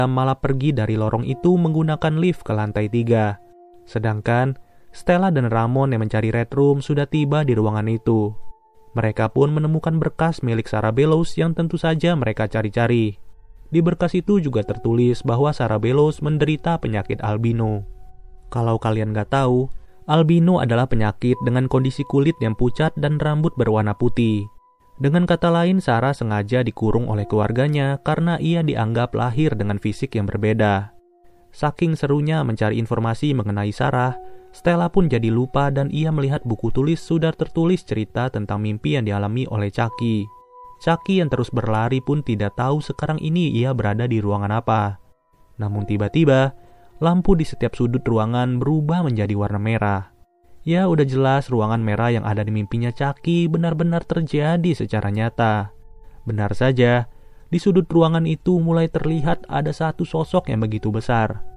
malah pergi dari lorong itu menggunakan lift ke lantai 3. Sedangkan Stella dan Ramon yang mencari Red Room sudah tiba di ruangan itu. Mereka pun menemukan berkas milik Sarah Bellows yang tentu saja mereka cari-cari. Di berkas itu juga tertulis bahwa Sarah Bellows menderita penyakit albino. Kalau kalian gak tahu, albino adalah penyakit dengan kondisi kulit yang pucat dan rambut berwarna putih. Dengan kata lain, Sarah sengaja dikurung oleh keluarganya karena ia dianggap lahir dengan fisik yang berbeda. Saking serunya mencari informasi mengenai Sarah, Stella pun jadi lupa dan ia melihat buku tulis sudah tertulis cerita tentang mimpi yang dialami oleh Chucky. Chucky yang terus berlari pun tidak tahu sekarang ini ia berada di ruangan apa. Namun tiba-tiba, lampu di setiap sudut ruangan berubah menjadi warna merah. Ya udah jelas ruangan merah yang ada di mimpinya Chucky benar-benar terjadi secara nyata. Benar saja, di sudut ruangan itu mulai terlihat ada satu sosok yang begitu besar.